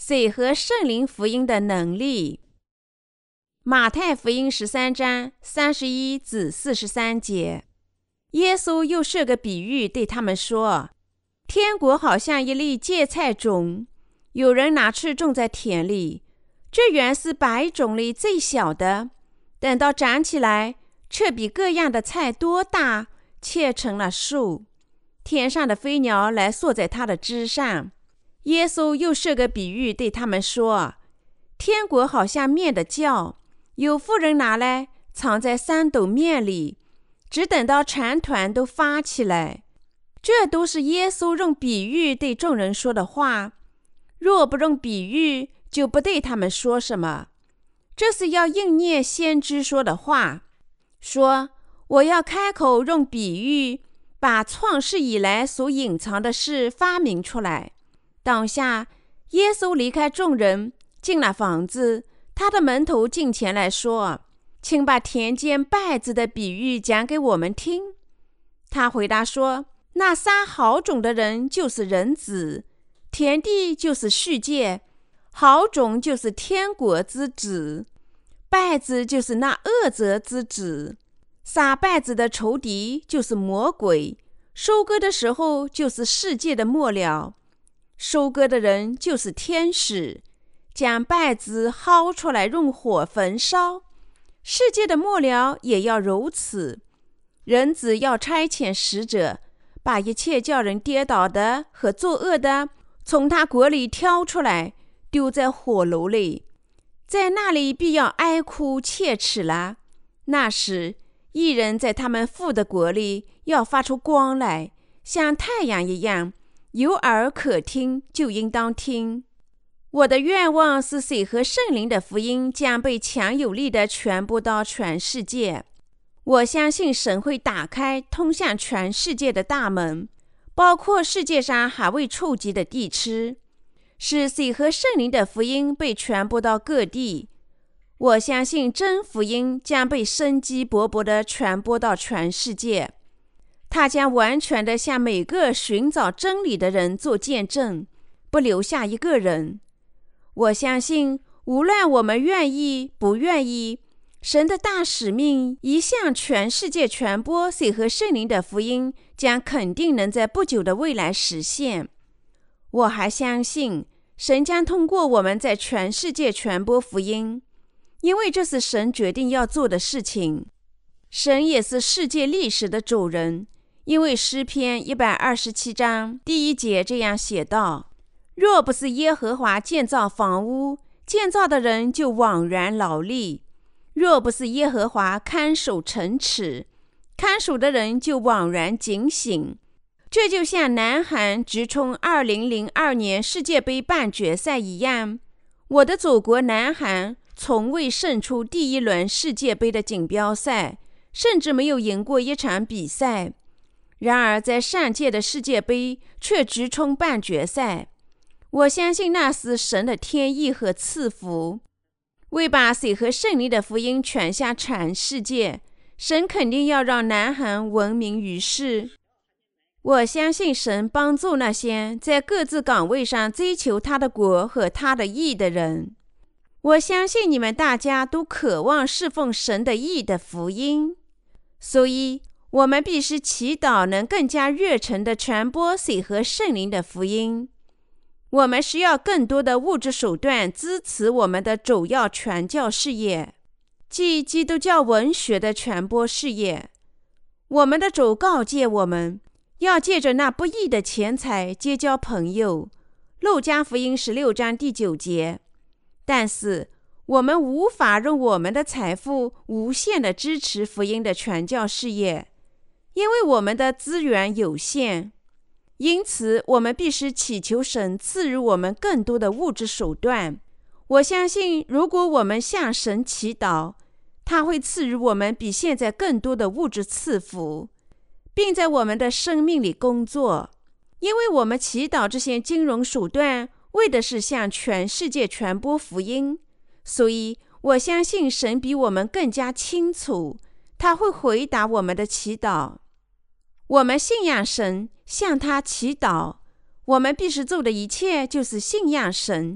水和圣灵福音的能力。马太福音13章31至43节，耶稣又设个比喻对他们说，天国好像一粒芥菜种，有人拿去种在田里，这原是百种里最小的，等到长起来，却比各样的菜多大，切成了树，天上的飞鸟来坐在它的枝上。耶稣又设个比喻对他们说，天国好像面的酵，有妇人拿来藏在3斗面里，只等到全团都发起来。这都是耶稣用比喻对众人说的话，若不用比喻，就不对他们说什么。这是要应验先知说的话，说我要开口用比喻，把创世以来所隐藏的事发明出来。当下耶稣离开众人，进了房子，他的门徒进前来说，请把田间稗子的比喻讲给我们听。他回答说，那撒好种的人就是人子，田地就是世界，好种就是天国之子，稗子就是那恶者之子。撒稗子的仇敌就是魔鬼，收割的时候就是世界的末了，收割的人就是天使，将稗子薅出来用火焚烧。世界的末了也要如此，人子要差遣使者，把一切叫人跌倒的和作恶的从他国里挑出来，丢在火炉里，在那里必要哀哭切齿了。那时义人在他们父的国里要发出光来，像太阳一样，有耳可听就应当听。我的愿望是水和圣灵的福音将被强有力地传播到全世界。我相信神会打开通向全世界的大门，包括世界上还未触及的地区，使水和圣灵的福音被传播到各地。我相信真福音将被生机勃勃地传播到全世界，它将完全地向每个寻找真理的人做见证，不留下一个人。我相信无论我们愿意不愿意，神的大使命一向全世界传播水和圣灵的福音将肯定能在不久的未来实现。我还相信神将通过我们在全世界传播福音，因为这是神决定要做的事情。神也是世界历史的主人，因为诗篇127章第1节这样写道，若不是耶和华建造房屋，建造的人就枉然劳力；若不是耶和华看守城池，看守的人就枉然警醒。这就像南韩直冲2002年世界杯半决赛一样，我的祖国南韩从未胜出第1轮世界杯的锦标赛，甚至没有赢过一场比赛。然而在上届的世界杯却直冲半决赛。我相信那是神的天意和赐福。为把水和圣灵的福音传向全世界，神肯定要让南韩闻名于世。我相信神帮助那些在各自岗位上追求他的国和他的义的人。我相信你们大家都渴望侍奉神的义的福音，所以我们必须祈祷能更加热诚地传播水和圣灵的福音。我们需要更多的物质手段支持我们的主要传教事业，即基督教文学的传播事业。我们的主告诫我们，要借着那不义的钱财结交朋友，路加福音16章第9节。但是我们无法用我们的财富无限地支持福音的传教事业，因为我们的资源有限。因此我们必须祈求神赐予我们更多的物质手段。我相信如果我们向神祈祷，他会赐予我们比现在更多的物质赐福，并在我们的生命里工作。因为我们祈祷这些金融手段为的是向全世界传播福音，所以我相信神比我们更加清楚，他会回答我们的祈祷。我们信仰神，向他祈祷。我们必须做的一切就是信仰神，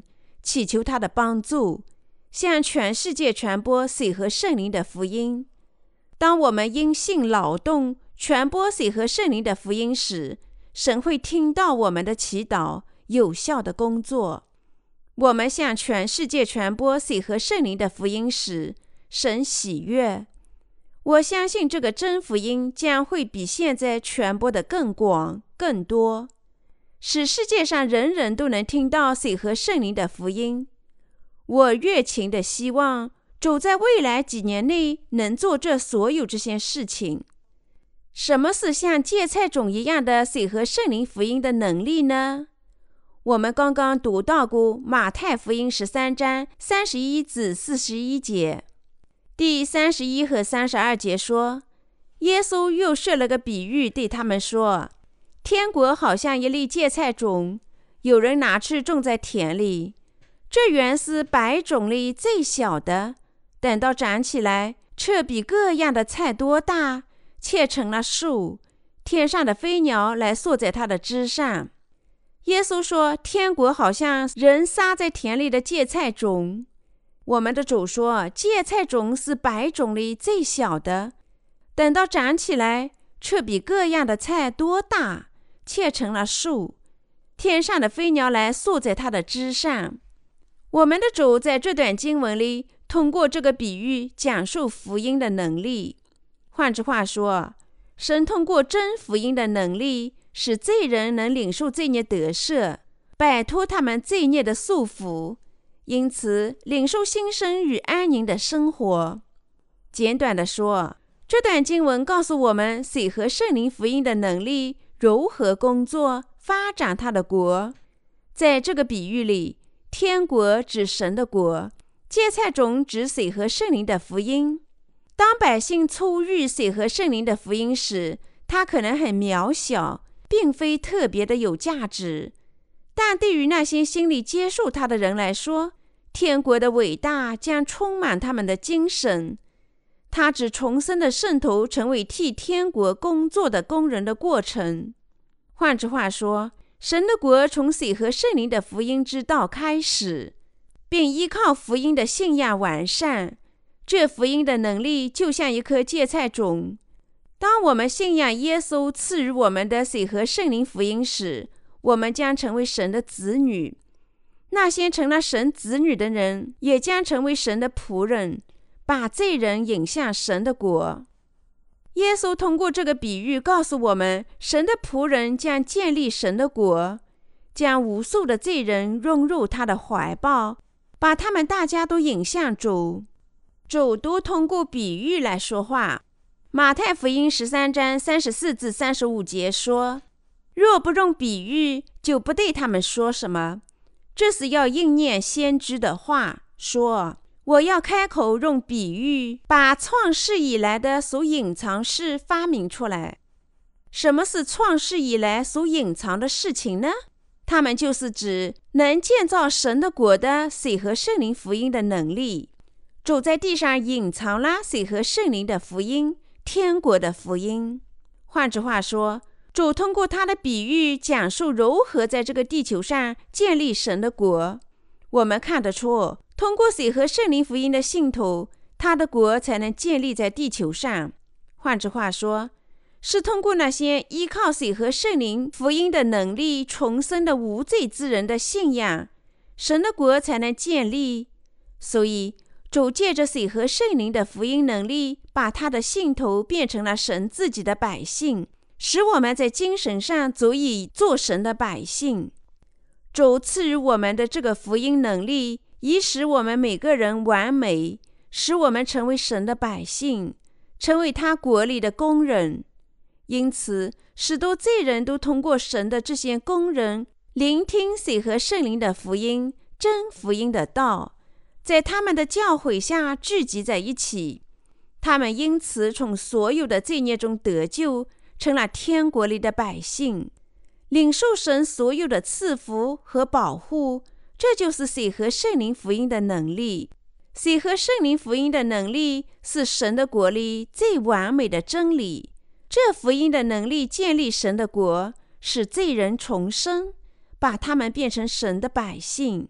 祈求他的帮助，向全世界传播水和圣灵的福音。当我们因信劳动，传播水和圣灵的福音时，神会听到我们的祈祷，有效的工作。我们向全世界传播水和圣灵的福音时，神喜悦。我相信这个真福音将会比现在传播的更广、更多，使世界上人人都能听到水和圣灵的福音。我热情地希望主在未来几年内能做所有这些事情。什么是像芥菜种一样的水和圣灵福音的能力呢？我们刚刚读到过马太福音13章31至41节。第31和32节说，耶稣又设了个比喻，对他们说，天国好像一粒芥菜种，有人拿去种在田里。这原是百种里最小的，等到长起来，却比各样的菜多大，切成了树，天上的飞鸟来坐在它的枝上。耶稣说，天国好像人撒在田里的芥菜种。我们的主说，芥菜种是百种里最小的，等到长起来，却比各样的菜多大，切成了树，天上的飞鸟来坐在它的枝上。我们的主在这段经文里，通过这个比喻讲述福音的能力。换句话说，神通过真福音的能力，使罪人能领受罪孽得赦，摆脱他们罪孽的束缚，因此领受新生与安宁的生活。简短的说，这段经文告诉我们水和圣灵福音的能力如何工作，发展他的国。在这个比喻里，天国指神的国，芥菜种指水和圣灵的福音。当百姓初遇水和圣灵的福音时，它可能很渺小，并非特别的有价值，但对于那些心里接受它的人来说，天国的伟大将充满他们的精神。它指重生的圣徒成为替天国工作的工人的过程。换句话说，神的国从水和圣灵的福音之道开始，并依靠福音的信仰完善。这福音的能力就像一颗芥菜种。当我们信仰耶稣赐予我们的水和圣灵福音时，我们将成为神的子女。那些成了神子女的人，也将成为神的仆人，把罪人引向神的国。耶稣通过这个比喻告诉我们，神的仆人将建立神的国，将无数的罪人融入他的怀抱，把他们大家都引向主。主都通过比喻来说话。马太福音13章34至35节说，若不用比喻，就不对他们说什么。这是要应验先知的话，说，我要开口用比喻，把创世以来的所隐藏事发明出来。什么是创世以来所隐藏的事情呢？它们就是指能建造神的国的水和圣灵福音的能力。主在地上隐藏了水和圣灵的福音，天国的福音。换句话说，主通过他的比喻讲述如何在这个地球上建立神的国。我们看得出，通过水和圣灵福音的信徒，他的国才能建立在地球上。换句话说，是通过那些依靠水和圣灵福音的能力重生的无罪之人的信仰，神的国才能建立。所以主借着水和圣灵的福音能力，把他的信徒变成了神自己的百姓，使我们在精神上足以做神的百姓。主赐予我们的这个福音能力，以使我们每个人完美，使我们成为神的百姓，成为他国里的工人。因此，许多罪人都通过神的这些工人，聆听水和圣灵的福音，真福音的道，在他们的教诲下聚集在一起。他们因此从所有的罪孽中得救，成了天国里的百姓，领受神所有的赐福和保护。这就是水和圣灵福音的能力。水和圣灵福音的能力是神的国里最完美的真理。这福音的能力建立神的国，使罪人重生，把他们变成神的百姓。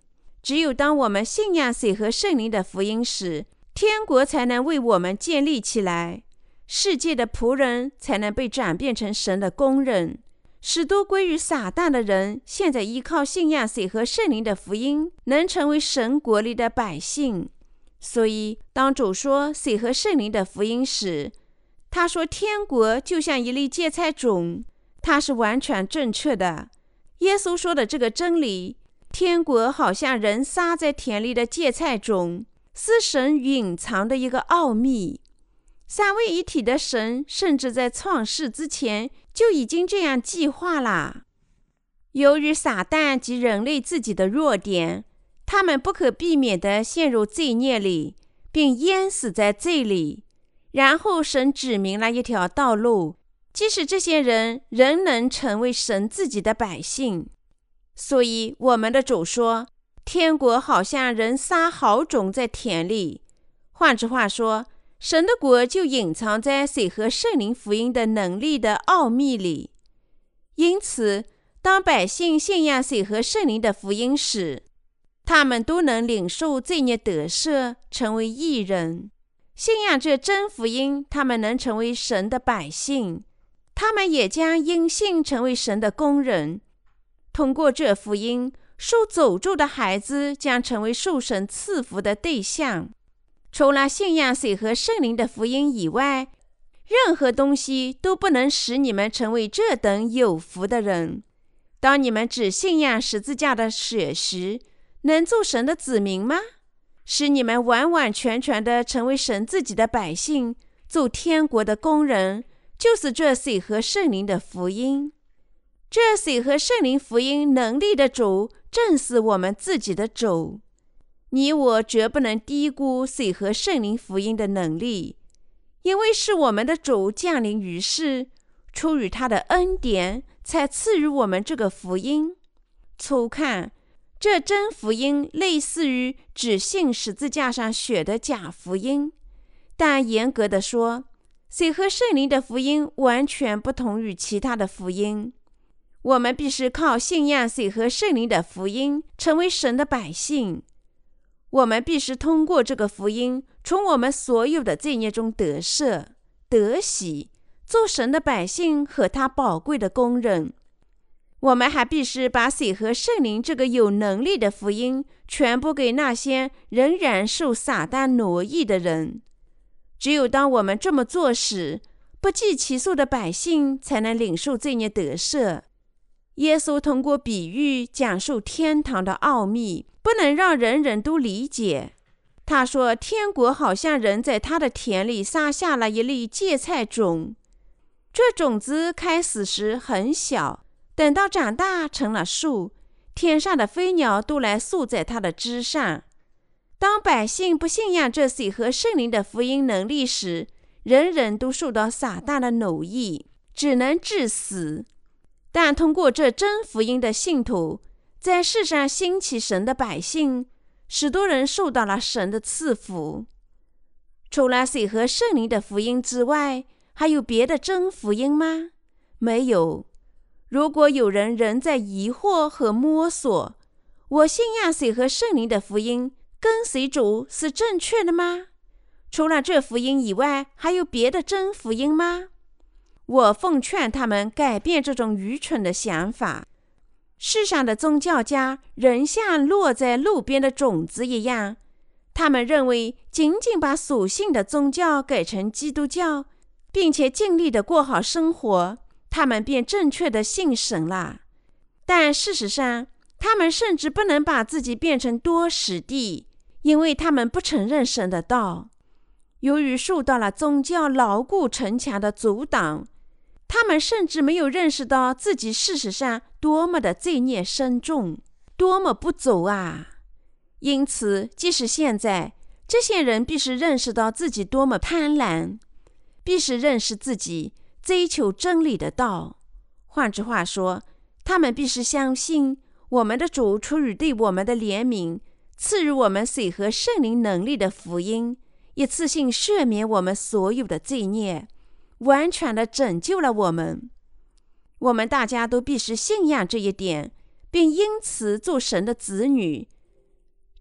只有当我们信仰水和圣灵的福音时，天国才能为我们建立起来，世界的仆人才能被转变成神的工人。使都归于撒旦的人，现在依靠信仰水和圣灵的福音，能成为神国里的百姓。所以当主说水和圣灵的福音时，他说天国就像一粒芥菜种，它是完全正确的。耶稣说的这个真理，天国好像人撒在田里的芥菜种，是神隐藏的一个奥秘。三位一体的神甚至在创世之前就已经这样计划了。由于撒旦及人类自己的弱点，他们不可避免地陷入罪孽里，并淹死在罪里。然后神指明了一条道路，即使这些人仍能成为神自己的百姓。所以我们的主说，天国好像人撒好种在田里。换句话说，神的国就隐藏在水和圣灵福音的能力的奥秘里。因此，当百姓信仰水和圣灵的福音时，他们都能领受罪孽得赦，成为义人。信仰这真福音，他们能成为神的百姓，他们也将因信成为神的工人。通过这福音，受诅咒的孩子将成为受神赐福的对象。除了信仰水和圣灵的福音以外，任何东西都不能使你们成为这等有福的人。当你们只信仰十字架的血时，能做神的子民吗？使你们完完全全的成为神自己的百姓，做天国的工人，就是这水和圣灵的福音。这水和圣灵福音能力的主，正是我们自己的主。你我绝不能低估水和圣灵福音的能力，因为是我们的主降临于世，出于他的恩典，才赐予我们这个福音。初看，这真福音类似于只信十字架上血的假福音，但严格的说，水和圣灵的福音完全不同于其他的福音。我们必须靠信仰水和圣灵的福音，成为神的百姓。我们必须通过这个福音，从我们所有的罪孽中得赦、得洗，做神的百姓和他宝贵的工人。我们还必须把水和圣灵这个有能力的福音传播给那些仍然受撒旦奴役的人。只有当我们这么做时，不计其数的百姓才能领受罪孽得赦。耶稣通过比喻讲述天堂的奥秘，不能让人人都理解。他说，天国好像人在他的田里撒下了一粒芥菜种，这种子开始时很小，等到长大成了树，天上的飞鸟都来宿在它的枝上。当百姓不信仰这水和圣灵的福音能力时，人人都受到撒旦的奴役，只能致死。但通过这真福音的信徒，在世上兴起神的百姓，许多人受到了神的赐福。除了水和圣灵的福音之外，还有别的真福音吗？没有。如果有人仍在疑惑和摸索，我信仰水和圣灵的福音，跟随主是正确的吗？除了这福音以外，还有别的真福音吗？我奉劝他们改变这种愚蠢的想法。世上的宗教家仍像落在路边的种子一样，他们认为仅仅把属性的宗教改成基督教，并且尽力地过好生活，他们便正确地信神了。但事实上，他们甚至不能把自己变成多识地，因为他们不承认神的道。由于受到了宗教牢固城墙的阻挡，他们甚至没有认识到自己事实上多么的罪孽深重，多么不足啊！因此，即使现在，这些人必须认识到自己多么贪婪，必须认识自己追求真理的道。换句话说，他们必须相信我们的主出于对我们的怜悯，赐予我们水和圣灵能力的福音，一次性赦免我们所有的罪孽，完全地拯救了我们。我们大家都必须信仰这一点，并因此做神的子女。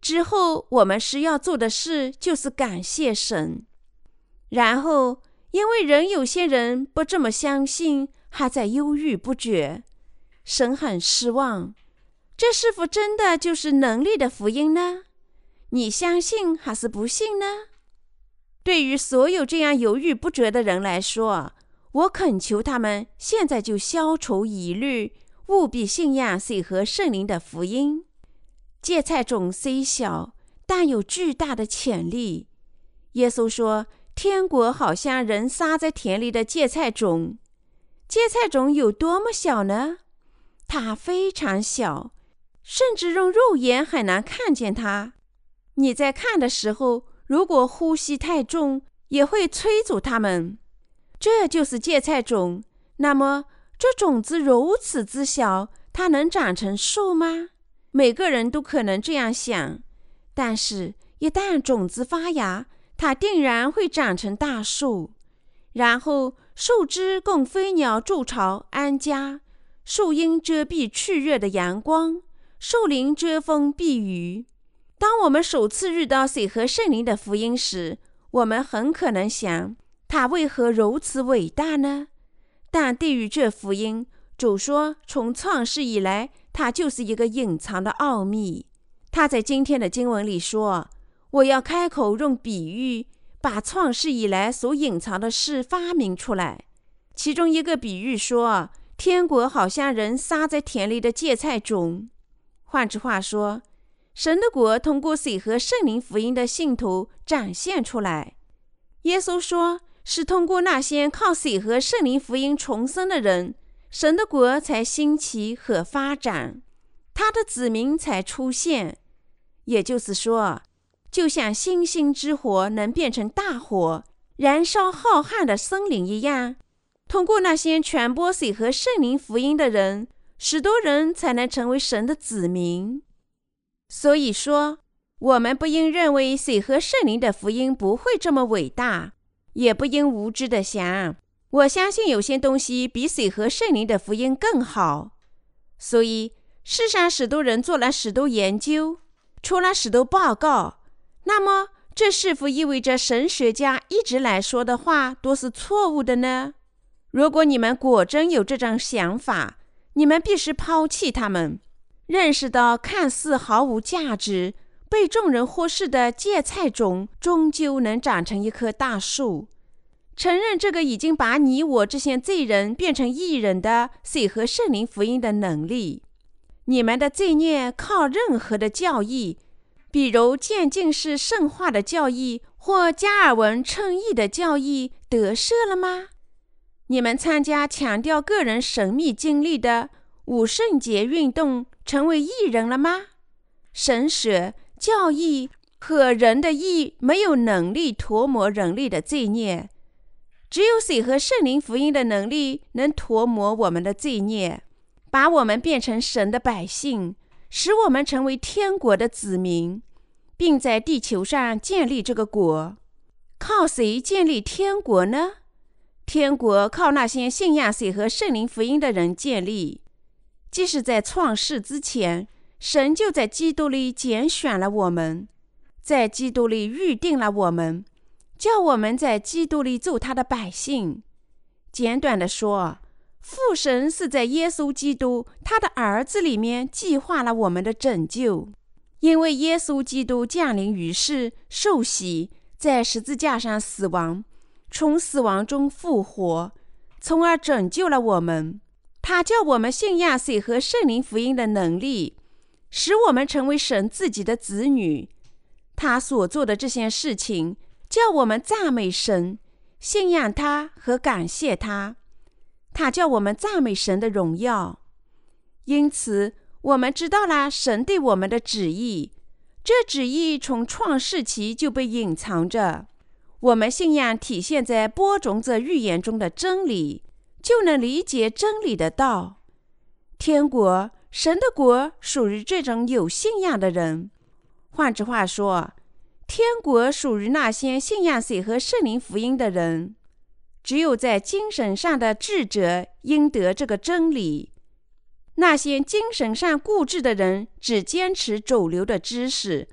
之后我们需要做的事就是感谢神。然后因为有些人不这么相信，还在犹豫不决，神很失望。这是否真的就是能力的福音呢？你相信还是不信呢？对于所有这样犹豫不决的人来说，我恳求他们现在就消除疑虑，务必信仰水和圣灵的福音。芥菜种虽小，但有巨大的潜力。耶稣说，天国好像人撒在田里的芥菜种。芥菜种有多么小呢？它非常小，甚至用肉眼很难看见它。你在看的时候，如果呼吸太重，也会吹走它们。这就是芥菜种。那么，这种子如此之小，它能长成树吗？每个人都可能这样想。但是，一旦种子发芽，它定然会长成大树。然后，树枝供飞鸟筑巢安家，树荫遮蔽炽热的阳光，树林遮风避雨。当我们首次遇到水和圣灵的福音时，我们很可能想，它为何如此伟大呢？但对于这福音，主说从创世以来，它就是一个隐藏的奥秘。他在今天的经文里说，我要开口用比喻，把创世以来所隐藏的事发明出来。其中一个比喻说，天国好像人撒在田里的芥菜种。换句话说，神的国通过水和圣灵福音的信徒展现出来。耶稣说，是通过那些靠水和圣灵福音重生的人，神的国才兴起和发展，他的子民才出现。也就是说，就像星星之火能变成大火，燃烧浩瀚的森林一样，通过那些传播水和圣灵福音的人，许多人才能成为神的子民。所以说，我们不应认为水和圣灵的福音不会这么伟大，也不应无知地想，我相信有些东西比水和圣灵的福音更好。所以，世上许多人做了许多研究，出了许多报告，那么这是否意味着神学家一直来说的话都是错误的呢？如果你们果真有这种想法，你们必须抛弃它们，认识到看似毫无价值、被众人忽视的芥菜种终究能长成一棵大树，承认这个已经把你我这些罪人变成义人的水和圣灵福音的能力。你们的罪孽靠任何的教义，比如渐进式圣化的教义或加尔文称义的教义得赦了吗？你们参加强调个人神秘经历的五圣节运动成为义人了吗？神学、教义和人的义没有能力涂抹人类的罪孽，只有水和圣灵福音的能力能涂抹我们的罪孽，把我们变成神的百姓，使我们成为天国的子民，并在地球上建立这个国。靠谁建立天国呢？天国靠那些信仰水和圣灵福音的人建立。即使在创世之前，神就在基督里拣选了我们，在基督里预定了我们，叫我们在基督里做他的百姓。简短地说，父神是在耶稣基督他的儿子里面计划了我们的拯救。因为耶稣基督降临于世，受洗，在十字架上死亡，从死亡中复活，从而拯救了我们。他叫我们信仰水和圣灵福音的能力，使我们成为神自己的子女。他所做的这些事情，叫我们赞美神，信仰他和感谢他。他叫我们赞美神的荣耀。因此，我们知道了神对我们的旨意，这旨意从创世期就被隐藏着。我们信仰体现在播种者预言中的真理，就能理解真理的道。天国、神的国属于这种有信仰的人。换句话说，天国属于那些信仰水和圣灵福音的人。只有在精神上的智者应得这个真理。那些精神上固执的人只坚持主流的知识，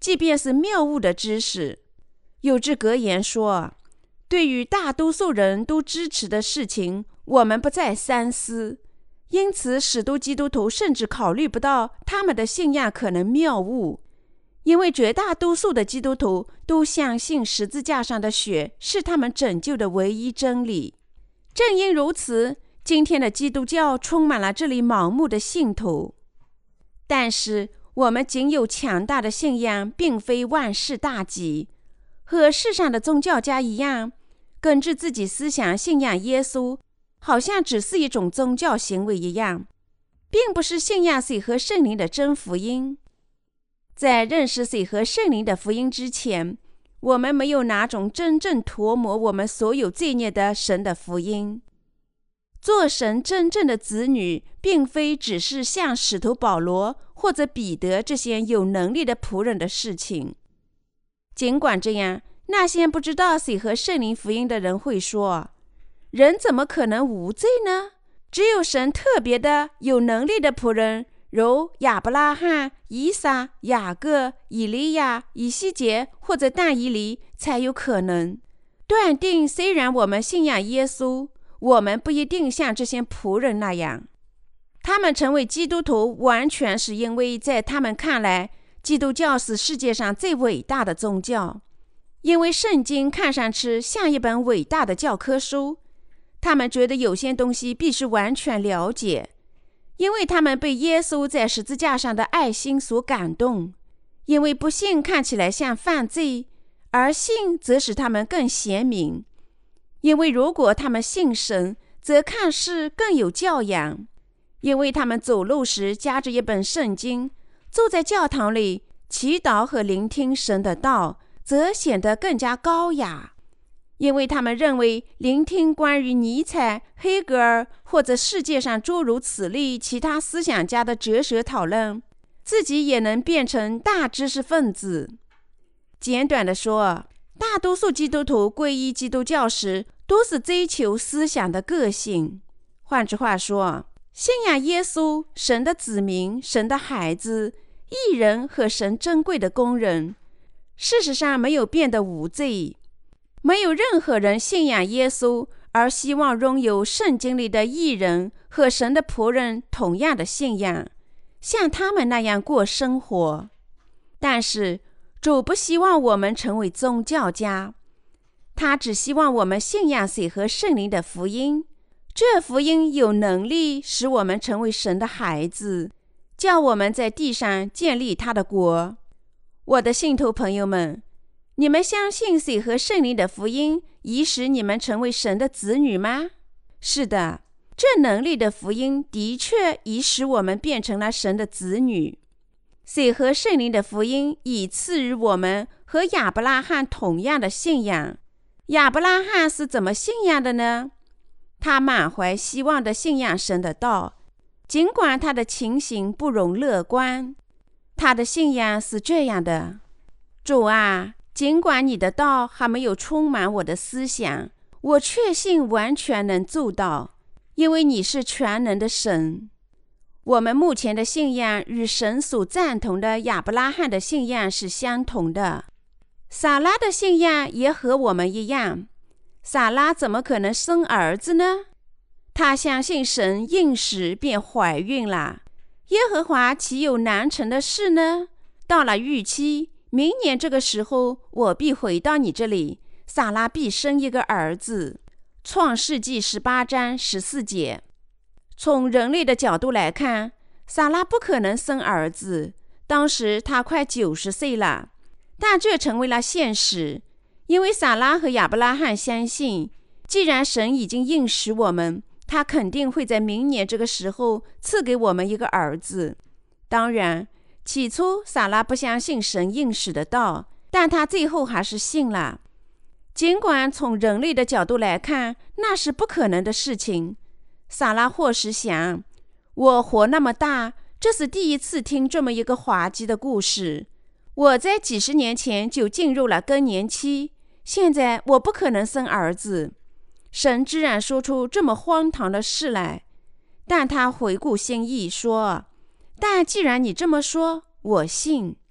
即便是谬误的知识。有句格言说，对于大多数人都支持的事情，我们不再三思，因此许多基督徒甚至考虑不到他们的信仰可能谬误，因为绝大多数的基督徒都相信十字架上的血是他们拯救的唯一真理。正因如此，今天的基督教充满了这里盲目的信徒。但是我们仅有强大的信仰并非万事大吉，和世上的宗教家一样，根据自己思想信仰耶稣，好像只是一种宗教行为一样，并不是信仰水和圣灵的真福音。在认识水和圣灵的福音之前，我们没有哪种真正涂抹我们所有罪孽的神的福音。做神真正的子女，并非只是像使徒保罗或者彼得这些有能力的仆人的事情。尽管这样，那些不知道水和圣灵福音的人会说，人怎么可能无罪呢？只有神特别的有能力的仆人，如亚伯拉罕、以撒、雅各、以利亚、以西结或者但以理才有可能。断定虽然我们信仰耶稣，我们不一定像这些仆人那样。他们成为基督徒完全是因为在他们看来，基督教是世界上最伟大的宗教，因为圣经看上去像一本伟大的教科书。他们觉得有些东西必须完全了解，因为他们被耶稣在十字架上的爱心所感动。因为不信看起来像犯罪，而信则使他们更贤明。因为如果他们信神，则看事更有教养。因为他们走路时夹着一本圣经，坐在教堂里祈祷和聆听神的道，则显得更加高雅。因为他们认为聆听关于尼采、黑格尔或者世界上诸如此类其他思想家的哲学讨论，自己也能变成大知识分子。简短地说，大多数基督徒皈依基督教时，都是追求思想的个性。换句话说，信仰耶稣，神的子民，神的孩子，义人和神珍贵的工人，事实上没有变得无罪。没有任何人信仰耶稣而希望拥有圣经里的义人和神的仆人同样的信仰，像他们那样过生活。但是主不希望我们成为宗教家，他只希望我们信仰水和圣灵的福音。这福音有能力使我们成为神的孩子，叫我们在地上建立他的国。我的信徒朋友们，你们相信水和圣灵的福音已使你们成为神的子女吗？是的，这能力的福音的确已使我们变成了神的子女。水和圣灵的福音已赐予我们和亚伯拉罕同样的信仰。亚伯拉罕是怎么信仰的呢？他满怀希望地信仰神的道，尽管他的情形不容乐观。他的信仰是这样的：主啊，尽管你的道还没有充满我的思想，我确信完全能做到，因为你是全能的神。我们目前的信仰与神所赞同的亚伯拉罕的信仰是相同的。撒拉的信仰也和我们一样。撒拉怎么可能生儿子呢？他相信神应许便怀孕了。耶和华岂有难成的事呢？到了预期，明年这个时候，我必回到你这里，撒拉必生一个儿子。创世纪18章14节。从人类的角度来看，撒拉不可能生儿子，当时他快90岁了。但这成为了现实，因为撒拉和亚伯拉罕相信，既然神已经应许我们，他肯定会在明年这个时候赐给我们一个儿子。当然，起初撒拉不相信神应许的道，但他最后还是信了。尽管从人类的角度来看，那是不可能的事情。撒拉或许想，我活那么大，这是第一次听这么一个滑稽的故事。我在几十年前就进入了更年期，现在我不可能生儿子。神居然说出这么荒唐的事来。但他回顾心意说，但既然你这么说，我信。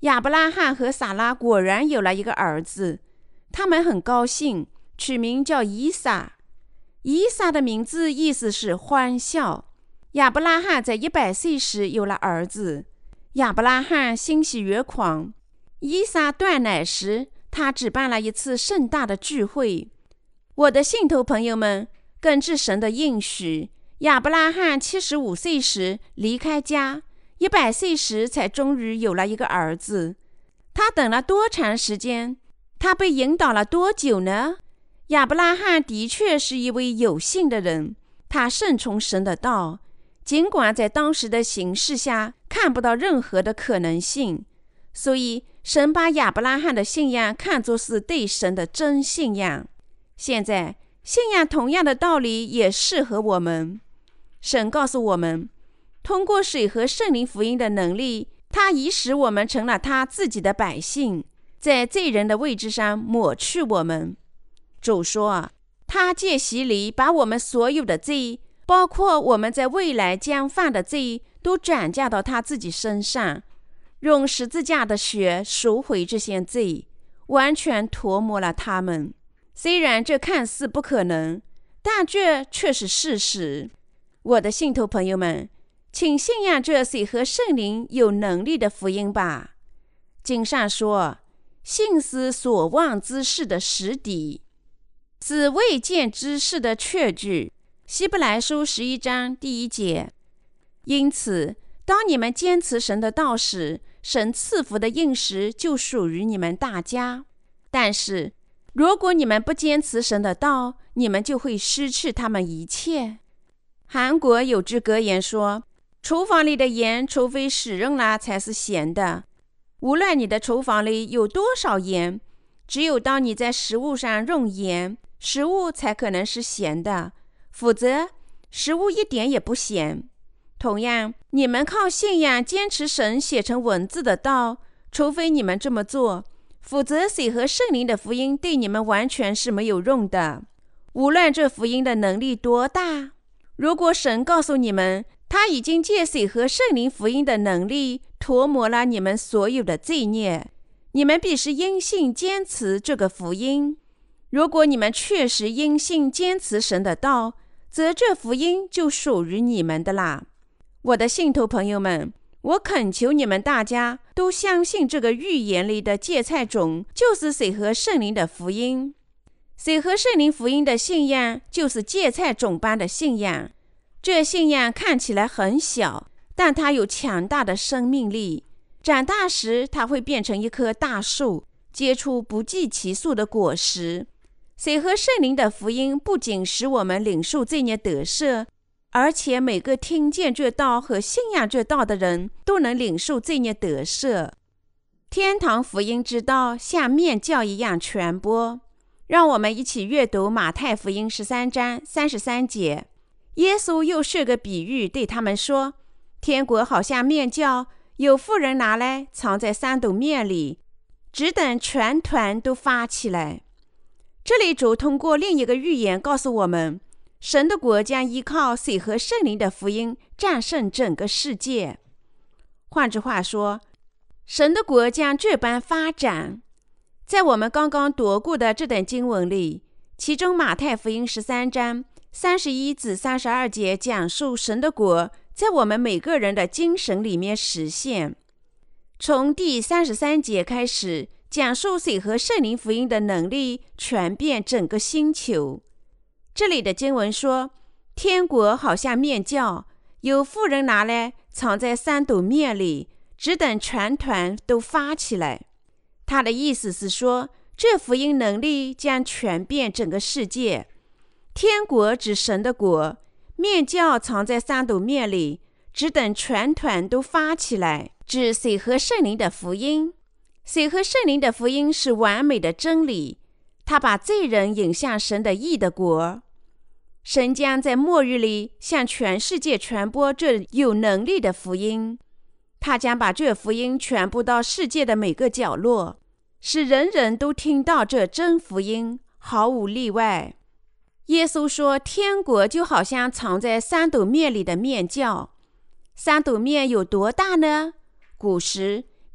亚伯拉罕和撒拉果然有了一个儿子，他们很高兴，取名叫以撒。以撒的名字意思是欢笑。亚伯拉罕在100岁时有了儿子，亚伯拉罕欣喜若狂。以撒断奶时，他举办了一次盛大的聚会。我的信徒朋友们，根据神的应许，亚伯拉罕75岁时离开家，100岁时才终于有了一个儿子。他等了多长时间？他被引导了多久呢？亚伯拉罕的确是一位有信的人，他顺从神的道，尽管在当时的形势下看不到任何的可能性，所以神把亚伯拉罕的信仰看作是对神的真信仰。现在信仰同样的道理也适合我们。神告诉我们，通过水和圣灵福音的能力，他已使我们成了他自己的百姓，在罪人的位置上抹去我们。主说，他借洗礼把我们所有的罪，包括我们在未来将犯的罪，都转嫁到他自己身上，用十字架的血赎回这些罪，完全涂抹了他们。虽然这看似不可能，但这却是事实。我的信徒朋友们，请信仰这水和圣灵有能力的福音吧。经上说，信是所望之事的实底，是未见之事的确据。希伯来书11章第1节。因此，当你们坚持神的道时，神赐福的应许就属于你们大家。但是，如果你们不坚持神的道，你们就会失去他们一切。韩国有句格言说，厨房里的盐除非使用了才是咸的。无论你的厨房里有多少盐，只有当你在食物上用盐，食物才可能是咸的，否则食物一点也不咸。同样，你们靠信仰坚持神写成文字的道，除非你们这么做，否则水和圣灵的福音对你们完全是没有用的。无论这福音的能力多大，如果神告诉你们，他已经借水和圣灵福音的能力涂抹了你们所有的罪孽，你们必须因信坚持这个福音。如果你们确实因信坚持神的道，则这福音就属于你们的啦。我的信徒朋友们，我恳求你们大家都相信这个预言里的芥菜种就是水和圣灵的福音。水和圣灵福音的信仰就是芥菜种般的信仰。这信仰看起来很小，但它有强大的生命力。长大时，它会变成一棵大树，结出不计其数的果实。水和圣灵的福音不仅使我们领受罪孽得赦，而且每个听见这道和信仰这道的人都能领受罪孽得赦。天堂福音之道像面教一样传播。让我们一起阅读马太福音13章33节。耶稣又设个比喻对他们说，天国好像面酵，有妇人拿来藏在3斗面里，只等全团都发起来。这里主通过另一个预言告诉我们，神的国将依靠水和圣灵的福音战胜整个世界。换句话说，神的国将这般发展。在我们刚刚读过的这段经文里，其中马太福音13章31至32节讲述神的国在我们每个人的精神里面实现。从第33节开始，讲述水和圣灵福音的能力传遍整个星球。这里的经文说，天国好像面酵，有妇人拿来藏在3斗面里，只等全团都发起来。他的意思是说，这福音能力将传遍整个世界。天国指神的国，面酵藏在3斗面里，只等全团都发起来，指水和圣灵的福音。水和圣灵的福音是完美的真理，它把罪人引向神的义的国。神将在末日里向全世界传播这有能力的福音，他将把这福音传播到世界的每个角落，使人人都听到这真福音，毫无例外。耶稣说，天国就好像藏在3斗面里的面酵。3斗面有多大呢？古时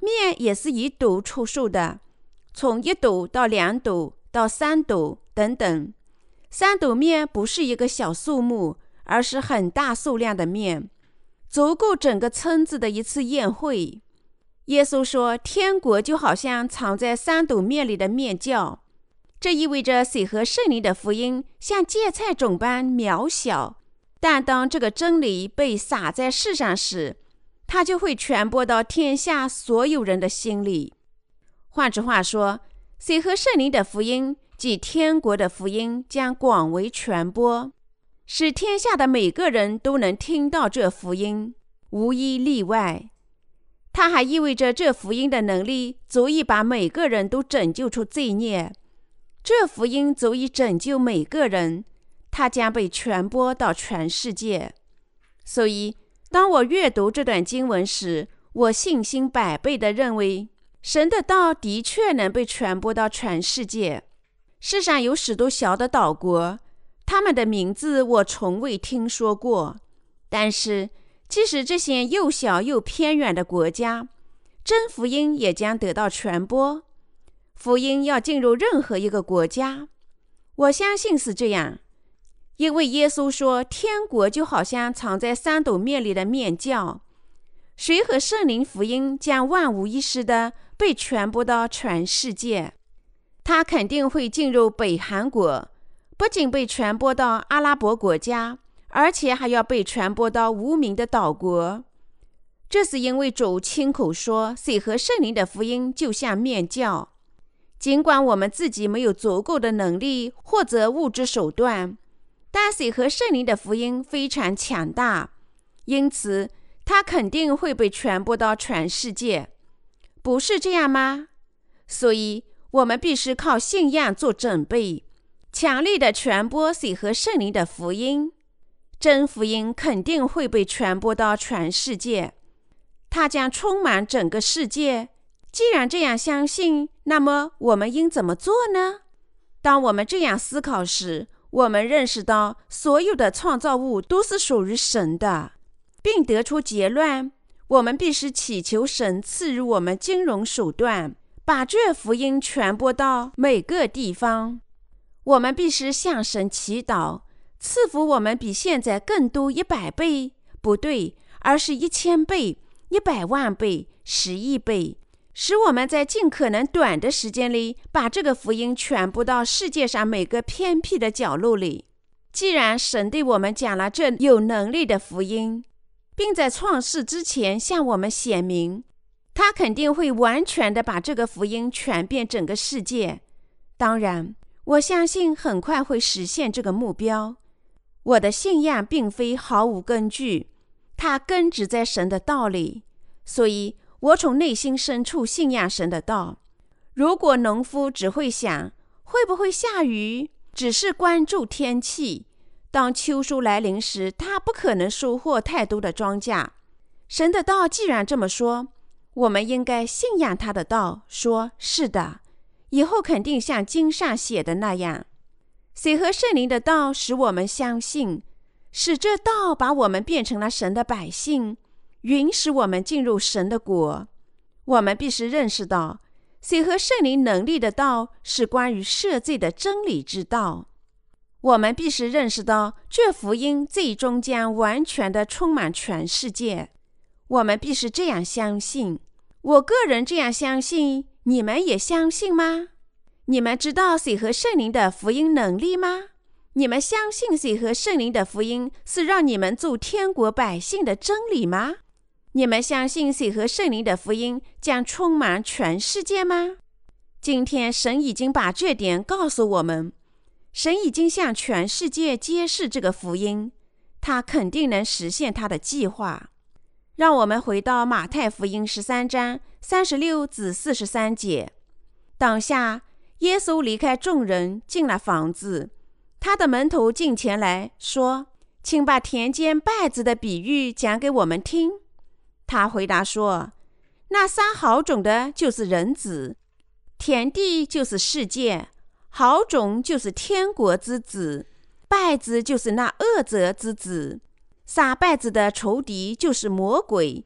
面也是以斗出数的，从1斗到2斗到3斗等等。3斗面不是一个小数目，而是很大数量的面，足够整个村子的一次宴会。耶稣说，天国就好像藏在3斗面里的面酵，这意味着水和圣灵的福音像芥菜种般渺小，但当这个真理被撒在世上时，它就会传播到天下所有人的心里。换句话说，水和圣灵的福音即天国的福音将广为传播，使天下的每个人都能听到这福音，无一例外。它还意味着这福音的能力足以把每个人都拯救出罪孽。这福音足以拯救每个人，它将被传播到全世界。所以当我阅读这段经文时，我信心百倍地认为神的道的确能被传播到全世界。世上有许多小的岛国，他们的名字我从未听说过，但是即使这些又小又偏远的国家，真福音也将得到传播。福音要进入任何一个国家，我相信是这样，因为耶稣说，天国就好像藏在3斗面里的面酵，水和圣灵福音将万无一失地被传播到全世界。它肯定会进入北韩国，不仅被传播到阿拉伯国家，而且还要被传播到无名的岛国。这是因为主亲口说，水和圣灵的福音就像面酵。尽管我们自己没有足够的能力或者物质手段，但水和圣灵的福音非常强大，因此它肯定会被传播到全世界，不是这样吗？所以我们必须靠信仰做准备，强力的传播水和圣灵的福音。真福音肯定会被传播到全世界，它将充满整个世界。既然这样相信，那么我们应怎么做呢？当我们这样思考时，我们认识到所有的创造物都是属于神的，并得出结论，我们必须祈求神赐予我们金融手段，把这福音传播到每个地方。我们必须向神祈祷，赐福我们比现在更多100倍，不对，而是1000倍、100万倍、10亿倍，使我们在尽可能短的时间里把这个福音传播到世界上每个偏僻的角落里。既然神对我们讲了这有能力的福音，并在创世之前向我们显明，他肯定会完全地把这个福音传遍整个世界。当然，我相信很快会实现这个目标。我的信仰并非毫无根据，它根植在神的道里，所以我从内心深处信仰神的道。如果农夫只会想会不会下雨，只是关注天气，当秋收来临时，他不可能收获太多的庄稼。神的道既然这么说，我们应该信仰他的道，说是的，以后肯定像经上写的那样。水和圣灵的道使我们相信，使这道把我们变成了神的百姓，允使我们进入神的国。我们必须认识到，水和圣灵能力的道是关于赦罪的真理之道。我们必须认识到，这福音最终将完全地充满全世界。我们必须这样相信。我个人这样相信，你们也相信吗？你们知道水和圣灵的福音能力吗？你们相信水和圣灵的福音是让你们做天国百姓的真理吗？你们相信水和圣灵的福音将充满全世界吗？今天神已经把这点告诉我们，神已经向全世界揭示这个福音，他肯定能实现他的计划。让我们回到马太福音13章36至43节。当下耶稣离开众人，进了房子，他的门徒进前来说，请把田间稗子的比喻讲给我们听。他回答说，那撒好种的就是人子，田地就是世界，好种就是天国之子，稗子就是那恶者之子。撒稗子的仇敌就是魔鬼，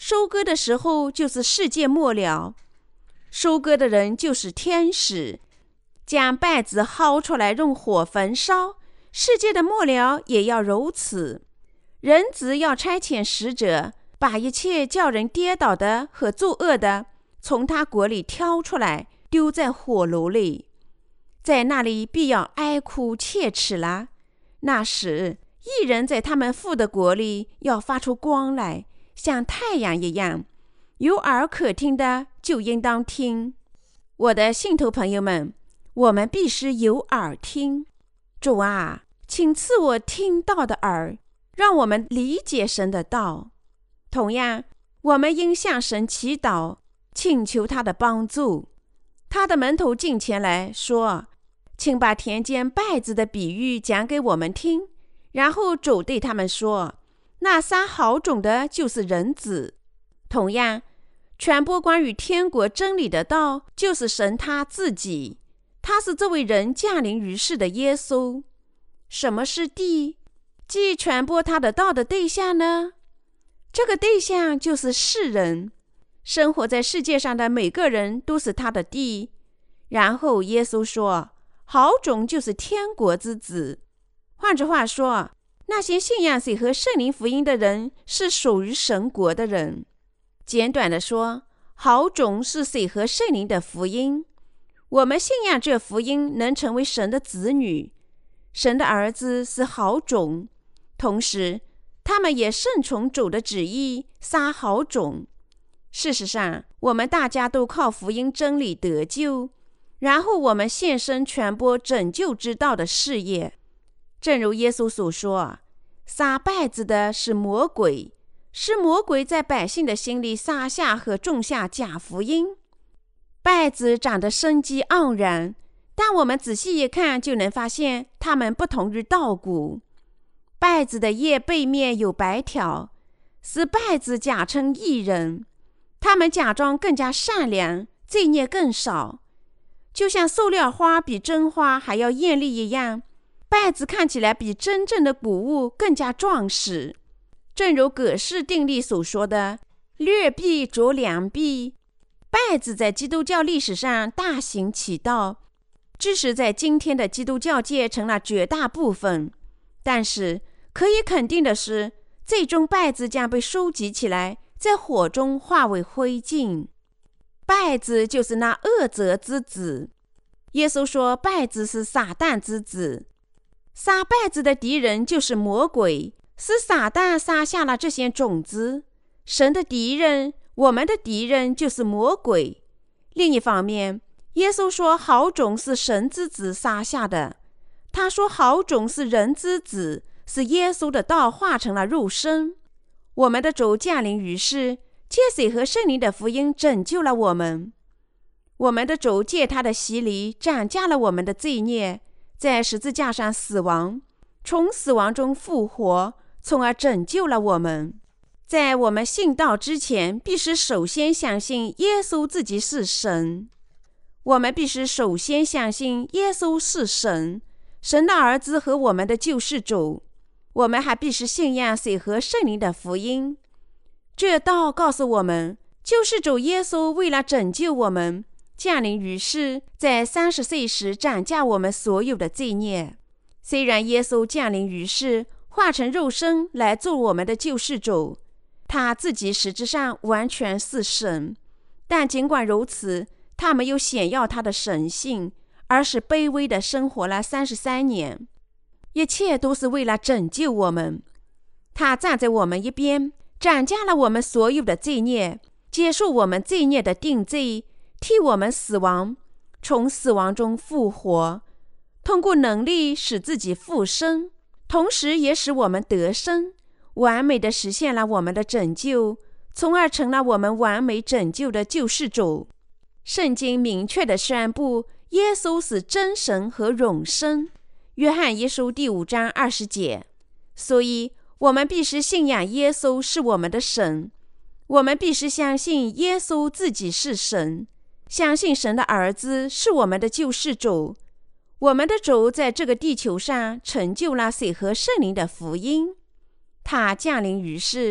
收割的时候就是世界末了。收割的人就是天使，将稗子薅出来用火焚烧，世界的末了也要如此。人子要差遣使者，把一切叫人跌倒的和作恶的从他国里挑出来，丢在火炉里，在那里必要哀哭切齿了。那时义人在他们父的国里要发出光来，像太阳一样。有耳可听的就应当听。我的信徒朋友们，我们必须有耳听。主啊，请赐我听道的耳，让我们理解神的道。同样，我们应向神祈祷，请求他的帮助。他的门徒进前来说，请把田间稗子的比喻讲给我们听。然后主对他们说，那撒好种的就是人子。同样，传播关于天国真理的道就是神他自己，他是这位人降临于世的耶稣。什么是地？即传播他的道的对象呢？这个对象就是世人，生活在世界上的每个人都是他的地。然后耶稣说，好种就是天国之子。换句话说，那些信仰水和圣灵福音的人是属于神国的人。简短的说，好种是水和圣灵的福音。我们信仰这福音能成为神的子女，神的儿子是好种，同时他们也顺从主的旨意撒好种。事实上，我们大家都靠福音真理得救，然后我们献身传播拯救之道的事业。正如耶稣所说，撒稗子的是魔鬼，是魔鬼在百姓的心里撒下和种下假福音。稗子长得生机盎然，但我们仔细一看就能发现它们不同于稻谷。稗子的叶背面有白条，使稗子假称义人，他们假装更加善良，罪孽更少，就像塑料花比真花还要艳丽一样。稗子看起来比真正的谷物更加壮实。正如葛氏定律所说的，劣币逐良币。稗子在基督教历史上大行其道，即使在今天的基督教界成了绝大部分。但是可以肯定的是，最终稗子将被收集起来，在火中化为灰烬。稗子就是那恶者之子。耶稣说，稗子是撒旦之子。撒稗子的敌人就是魔鬼，是撒旦撒下了这些种子。神的敌人，我们的敌人就是魔鬼。另一方面，耶稣说好种是神之子撒下的，他说好种是人之子，是耶稣的道化成了肉身。我们的主降临于世，借水和圣灵的福音拯救了我们。我们的主借他的洗礼斩价了我们的罪孽，在十字架上死亡，从死亡中复活，从而拯救了我们。在我们信道之前，必须首先相信耶稣自己是神。我们必须首先相信耶稣是神，神的儿子和我们的救世主。我们还必须信仰水和圣灵的福音。这道告诉我们，救世主耶稣为了拯救我们，降临于世，在30岁时斩价我们所有的罪孽。虽然耶稣降临于世，化成肉身来做我们的救世主，他自己实质上完全是神，但尽管如此，他没有显耀他的神性，而是卑微地生活了33年。一切都是为了拯救我们。他站在我们一边，斩价了我们所有的罪孽，结束我们罪孽的定罪，替我们死亡，从死亡中复活，通过能力使自己复生，同时也使我们得生，完美地实现了我们的拯救，从而成了我们完美拯救的救世主。圣经明确地宣布，耶稣是真神和永生。约翰一书第5章20节。所以我们必须信仰耶稣是我们的神，我们必须相信耶稣自己是神，相信神的儿子是我们的救世主。我们的主在这个地球上成就了水和圣灵的福音。他降临于世，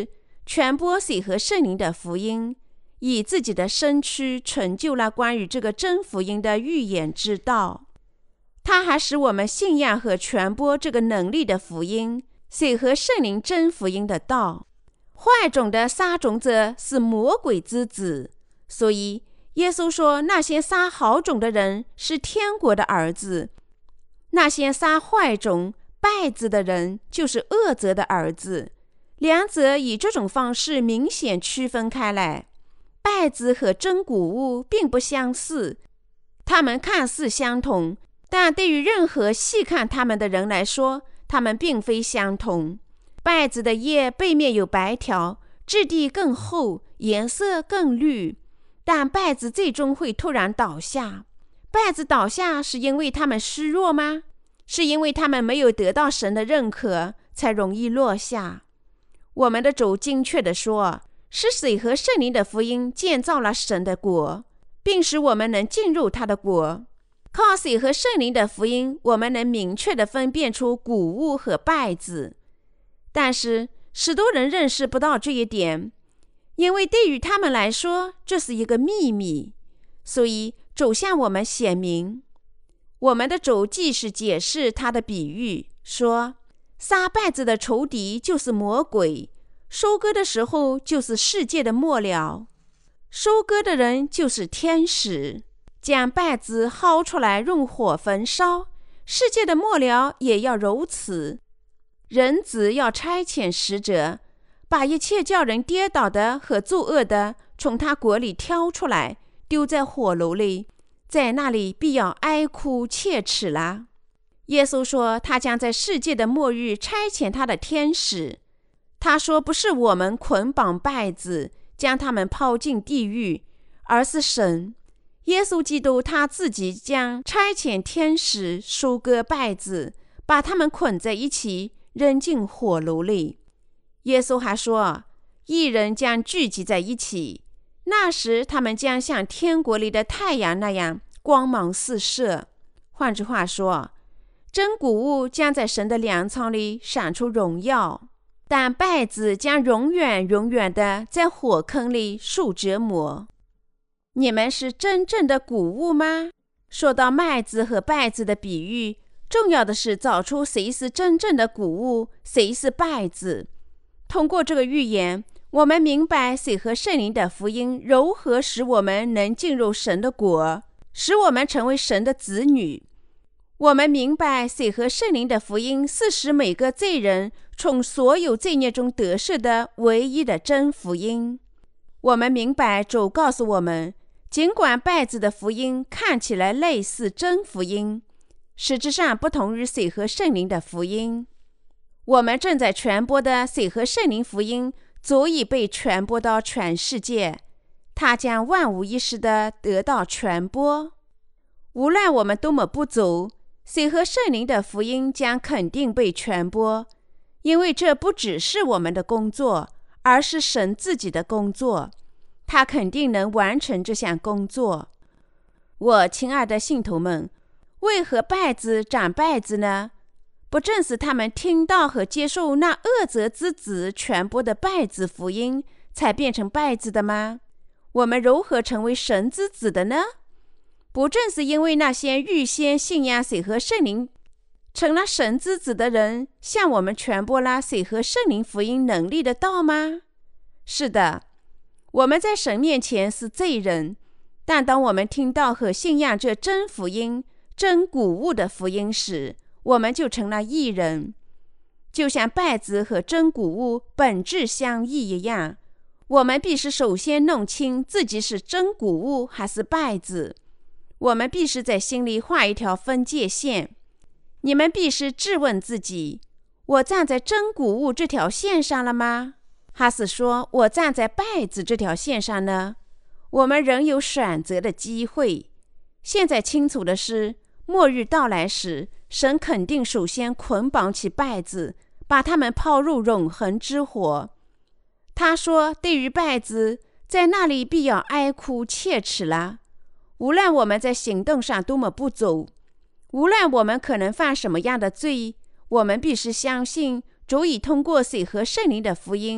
传播水和圣灵的福音，以自己的身躯成就了关于这个真福音的预言之道。他还使我们信仰和传播这个能力的福音，水和圣灵真福音的道。坏种的撒种者是魔鬼之子，所以耶稣说那些撒好种的人是天国的儿子，那些撒坏种败子的人就是恶者的儿子。两者以这种方式明显区分开来。败子和真谷物并不相似，它们看似相同，但对于任何细看它们的人来说，它们并非相同。稗子的叶背面有白条，质地更厚，颜色更绿，但稗子最终会突然倒下。稗子倒下是因为它们虚弱吗？是因为它们没有得到神的认可，才容易落下。我们的主精确地说，是水和圣灵的福音建造了神的国，并使我们能进入他的国。靠水和圣灵的福音，我们能明确地分辨出谷物和稗子。但是许多人认识不到这一点，因为对于他们来说，这是一个秘密，所以主向我们显明。我们的主继续解释他的比喻，说撒稗子的仇敌就是魔鬼，收割的时候就是世界的末了，收割的人就是天使，将稗子薅出来用火焚烧，世界的末了也要如此。人子要差遣使者，把一切叫人跌倒的和作恶的从他国里挑出来，丢在火炉里，在那里必要哀哭切齿了。耶稣说他将在世界的末日差遣他的天使，他说不是我们捆绑稗子将他们抛进地狱，而是神耶稣基督他自己将差遣天使收割稗子，把他们捆在一起扔进火炉里。耶稣还说义人将聚集在一起，那时他们将像天国里的太阳那样光芒四射。换句话说，真谷物将在神的粮仓里闪出荣耀，但稗子将永远的在火坑里受折磨。你们是真正的谷物吗？说到麦子和稗子的比喻，重要的是找出谁是真正的谷物，谁是稗子。通过这个预言，我们明白水和圣灵的福音如何使我们能进入神的国，使我们成为神的子女。我们明白水和圣灵的福音是使每个罪人从所有罪孽中得赦的唯一的真福音。我们明白主告诉我们，尽管稗子的福音看起来类似真福音，实质上不同于水和圣灵的福音。我们正在传播的水和圣灵福音足以被传播到全世界，它将万无一失地得到传播。无论我们多么不足，水和圣灵的福音将肯定被传播，因为这不只是我们的工作，而是神自己的工作，他肯定能完成这项工作。我亲爱的信徒们，为何稗子长稗子呢？不正是他们听到和接受那恶者之子传播的稗子福音，才变成稗子的吗？我们如何成为神之子的呢？不正是因为那些预先信仰水和圣灵成了神之子的人向我们传播了水和圣灵福音能力的道吗？是的，我们在神面前是罪人，但当我们听到和信仰这真福音、真谷物的福音时，我们就成了义人。就像稗子和真谷物本质相异一样，我们必须首先弄清自己是真谷物还是稗子。我们必须在心里画一条分界线。你们必须质问自己，我站在真谷物这条线上了吗？还是说我站在稗子这条线上呢？我们仍有选择的机会。现在清楚的是，末日到来时，神肯定首先捆绑起稗子，把他们抛入永恒之火。他说，对于稗子，在那里必要哀哭切齿了。无论我们在行动上多么不足，无论我们可能犯什么样的罪，我们必须相信主已通过水和圣灵的福音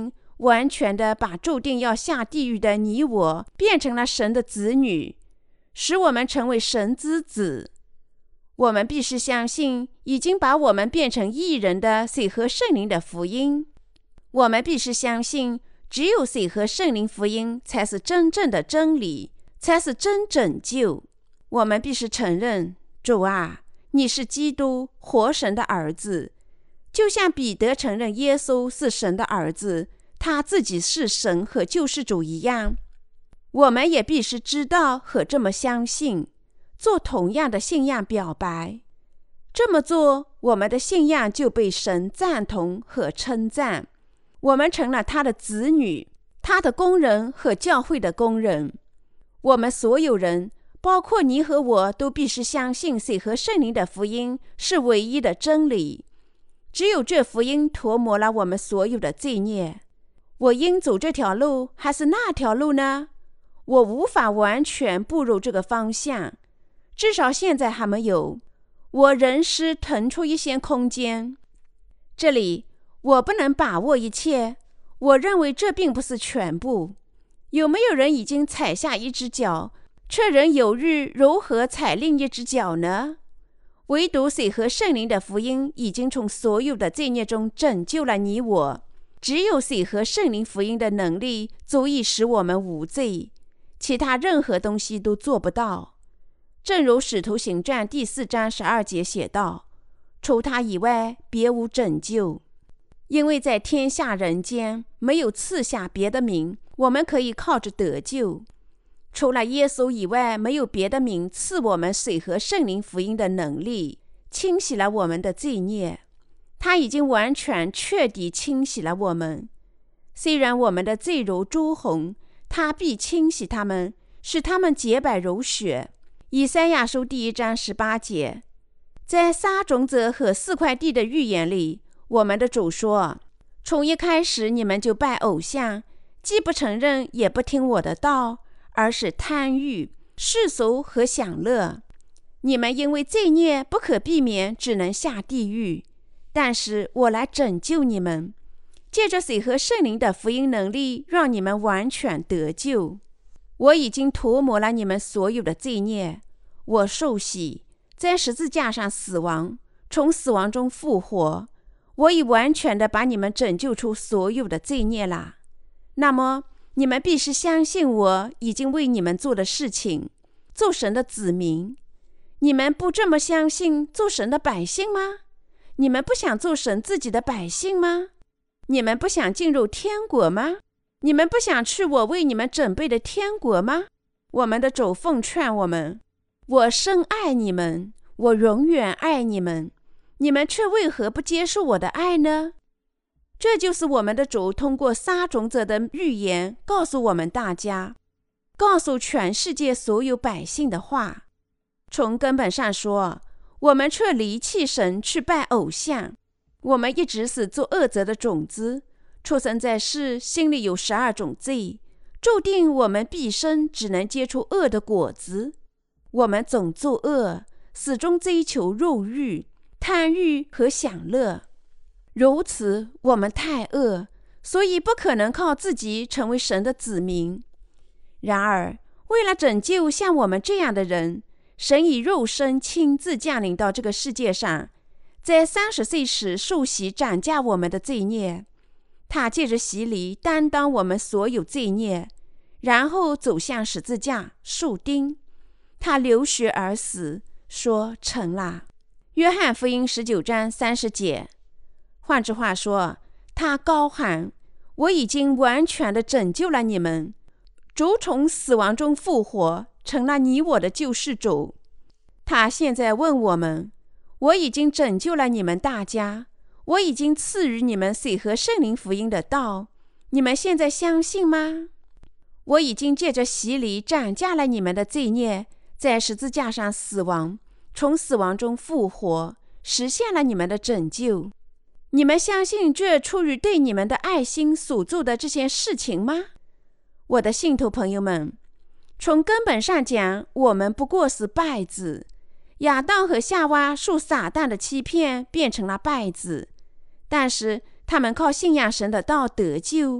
完全的把注定要下地狱的你我变成了神的子女，使我们成为神之子。我们必须相信已经把我们变成义人的水和圣灵的福音。我们必须相信只有水和圣灵福音才是真正的真理，才是真拯救。我们必须承认，主啊，你是基督，活神的儿子。就像彼得承认耶稣是神的儿子，他自己是神和救世主一样，我们也必须知道和这么相信，做同样的信仰表白。这么做，我们的信仰就被神赞同和称赞，我们成了他的子女，他的工人和教会的工人。我们所有人，包括你和我，都必须相信水和圣灵的福音是唯一的真理。只有这福音涂抹了我们所有的罪孽。我应走这条路还是那条路呢？我无法完全步入这个方向，至少现在还没有。我仍是腾出一些空间。这里我不能把握一切，我认为这并不是全部。有没有人已经踩下一只脚，却仍犹豫如何踩另一只脚呢？唯独水和圣灵的福音已经从所有的罪孽中拯救了你我。只有水和圣灵福音的能力足以使我们无罪，其他任何东西都做不到。正如使徒行传第4章12节写道，除他以外别无拯救。因为在天下人间没有赐下别的名，我们可以靠着得救。除了耶稣以外，没有别的名赐我们水和圣灵福音的能力，清洗了我们的罪孽。他已经完全彻底清洗了我们。虽然我们的罪如朱红，他必清洗他们，使他们洁白如雪。以赛亚书第1章18节。在撒种者和4块地的预言里，我们的主说，从一开始你们就拜偶像，既不承认也不听我的道，而是贪欲、世俗和享乐。你们因为罪孽不可避免，只能下地狱。但是我来拯救你们，借着水和圣灵的福音能力，让你们完全得救。我已经涂抹了你们所有的罪孽。我受洗，在十字架上死亡，从死亡中复活。我已完全的把你们拯救出所有的罪孽了。那么你们必须相信我已经为你们做的事情，做神的子民。你们不这么相信做神的百姓吗？你们不想做神自己的百姓吗？你们不想进入天国吗？你们不想去我为你们准备的天国吗？我们的主奉劝我们，我深爱你们，我永远爱你们，你们却为何不接受我的爱呢？这就是我们的主通过撒种者的预言告诉我们大家，告诉全世界所有百姓的话。从根本上说，我们却离弃神去拜偶像。我们一直是做恶者的种子，出生在世，心里有12种罪，注定我们毕生只能结出恶的果子。我们总作恶，始终追求肉欲、贪欲和享乐。如此，我们太恶，所以不可能靠自己成为神的子民。然而，为了拯救像我们这样的人，神以肉身亲自降临到这个世界上，在30岁时受洗斩价我们的罪孽。他借着洗礼担当我们所有罪孽，然后走向十字架受钉。他流血而死，说成了。约翰福音19章30节。换句话说，他高喊，我已经完全的拯救了你们，主从死亡中复活，成了你我的救世主。他现在问我们，我已经拯救了你们大家，我已经赐予你们水和圣灵福音的道，你们现在相信吗？我已经借着洗礼斩价了你们的罪孽，在十字架上死亡，从死亡中复活，实现了你们的拯救。你们相信这出于对你们的爱心所做的这些事情吗？我的信徒朋友们，从根本上讲，我们不过是败子。亚当和夏娃受撒旦的欺骗，变成了败子，但是他们靠信仰神的道得救。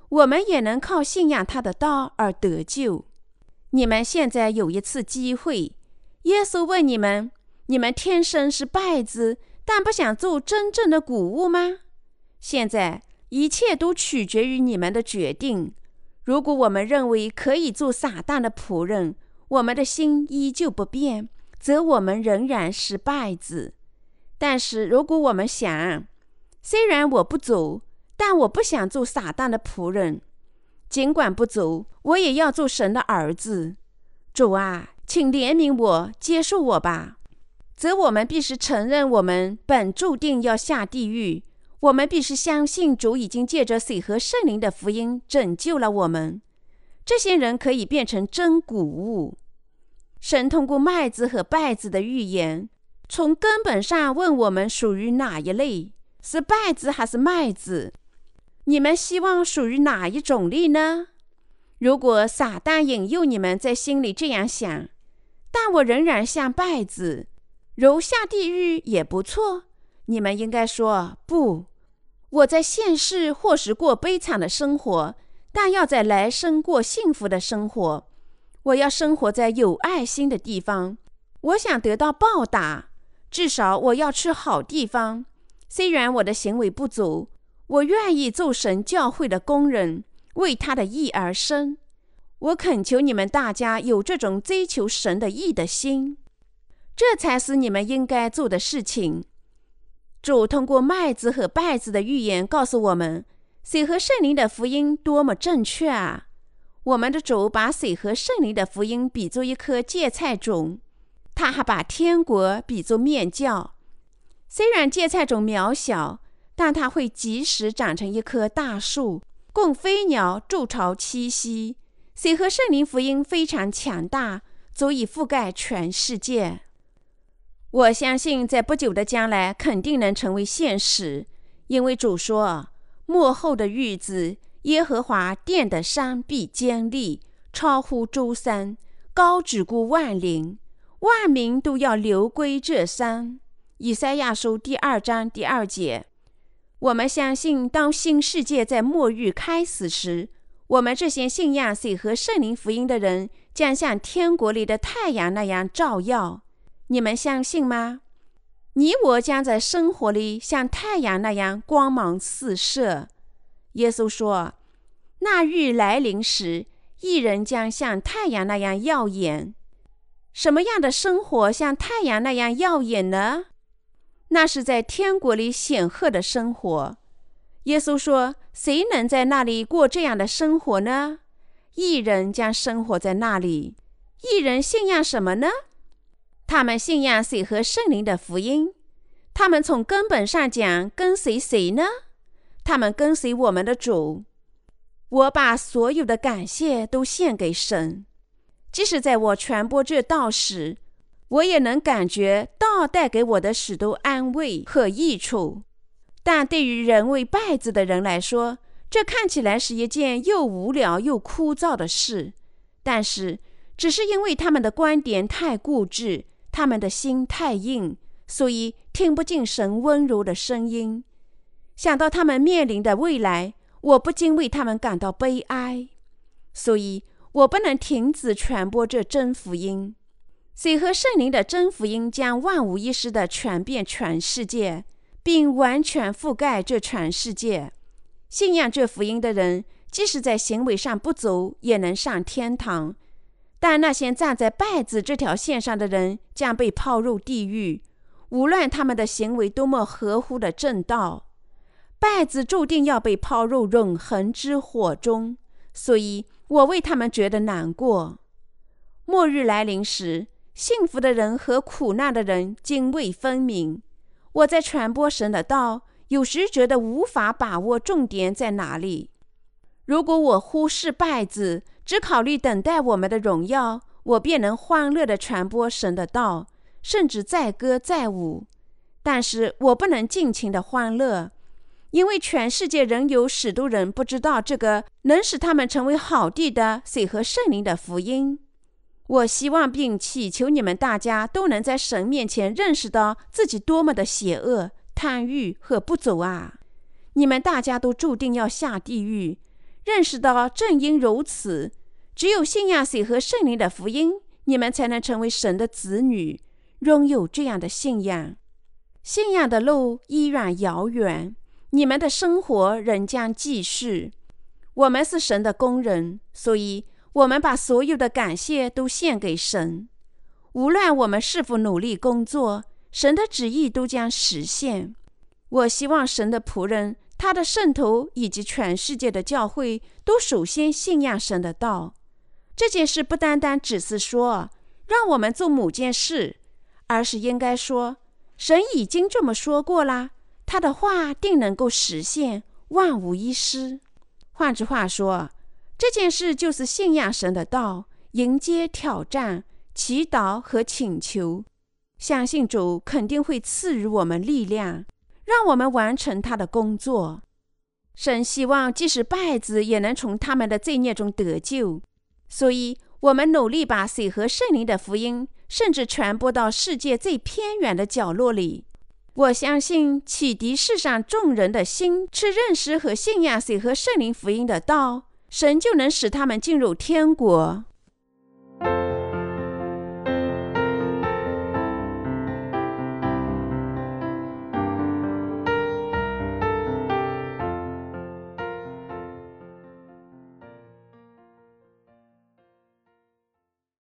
我们也能靠信仰他的道而得救。你们现在有一次机会，耶稣问你们，你们天生是稗子，但不想做真正的谷物吗？现在一切都取决于你们的决定。如果我们认为可以做撒旦的仆人，我们的心依旧不变，则我们仍然是稗子。但是如果我们想，虽然我不走，但我不想做撒旦的仆人，尽管不走，我也要做神的儿子。主啊，请怜悯我，接受我吧。则我们必须承认我们本注定要下地狱，我们必须相信主已经借着水和圣灵的福音拯救了我们。这些人可以变成真谷物。神通过麦子和稗子的预言，从根本上问我们属于哪一类，是稗子还是麦子？你们希望属于哪一种类呢？如果撒旦引诱你们在心里这样想，但我仍然像稗子，如下地狱也不错，你们应该说，不，我在现世或是过悲惨的生活，但要在来生过幸福的生活。我要生活在有爱心的地方，我想得到报答，至少我要去好地方。虽然我的行为不足，我愿意做神教会的工人，为他的义而生。我恳求你们大家有这种追求神的义的心，这才是你们应该做的事情。主通过麦子和稗子的预言告诉我们，水和圣灵的福音多么正确啊！我们的主把水和圣灵的福音比作一颗芥菜种，他还把天国比作面酵。虽然芥菜种渺小，但它会及时长成一棵大树，供飞鸟筑巢栖息。水和圣灵福音非常强大，足以覆盖全世界。我相信在不久的将来肯定能成为现实，因为主说，末后的日子，耶和华殿的山必坚立，超乎诸山，高指过万陵，万民都要流归这山。以赛亚书第2章第2节。我们相信，当新世界在末日开始时，我们这些信仰水和圣灵福音的人将像天国里的太阳那样照耀。你们相信吗？你我将在生活里像太阳那样光芒四射。耶稣说，那日来临时，义人将像太阳那样耀眼。什么样的生活像太阳那样耀眼呢？那是在天国里显赫的生活。耶稣说，谁能在那里过这样的生活呢？义人将生活在那里。义人信仰什么呢？他们信仰水和圣灵的福音。他们从根本上讲跟随谁呢？他们跟随我们的主。我把所有的感谢都献给神。即使在我传播这道时，我也能感觉道带给我的许多安慰和益处。但对于人为稗子的人来说，这看起来是一件又无聊又枯燥的事。但是只是因为他们的观点太固执，他们的心太硬，所以听不进神温柔的声音。想到他们面临的未来，我不禁为他们感到悲哀。所以我不能停止传播这真福音。水和圣灵的真福音将万无一失地传遍全世界，并完全覆盖这全世界。信仰这福音的人，即使在行为上不足，也能上天堂。但那些站在稗子这条线上的人将被抛入地狱，无论他们的行为多么合乎的正道。稗子注定要被抛入永恒之火中，所以我为他们觉得难过。末日来临时，幸福的人和苦难的人泾渭分明。我在传播神的道，有时觉得无法把握重点在哪里。如果我忽视稗子，只考虑等待我们的荣耀，我便能欢乐地传播神的道，甚至载歌载舞。但是我不能尽情的欢乐，因为全世界仍有许多人不知道这个能使他们成为好地的水和圣灵的福音。我希望并祈求你们大家都能在神面前认识到自己多么的邪恶、贪欲和不足啊！你们大家都注定要下地狱， 认识到正因如此，只有信仰水和圣灵的福音，你们才能成为神的子女，拥有这样的信仰。信仰的路依然遥远，你们的生活仍将继续。我们是神的工人，所以我们把所有的感谢都献给神。无论我们是否努力工作，神的旨意都将实现。我希望神的仆人、他的圣徒以及全世界的教会都首先信仰神的道。这件事不单单只是说让我们做某件事，而是应该说神已经这么说过啦，他的话定能够实现，万无一失。换句话说，这件事就是信仰神的道，迎接挑战、祈祷和请求，相信主肯定会赐予我们力量，让我们完成他的工作。神希望即使败子也能从他们的罪孽中得救，所以我们努力把水和圣灵的福音甚至传播到世界最偏远的角落里。我相信启迪世上众人的心，去认识和信仰水和圣灵福音的道，神就能使他们进入天国。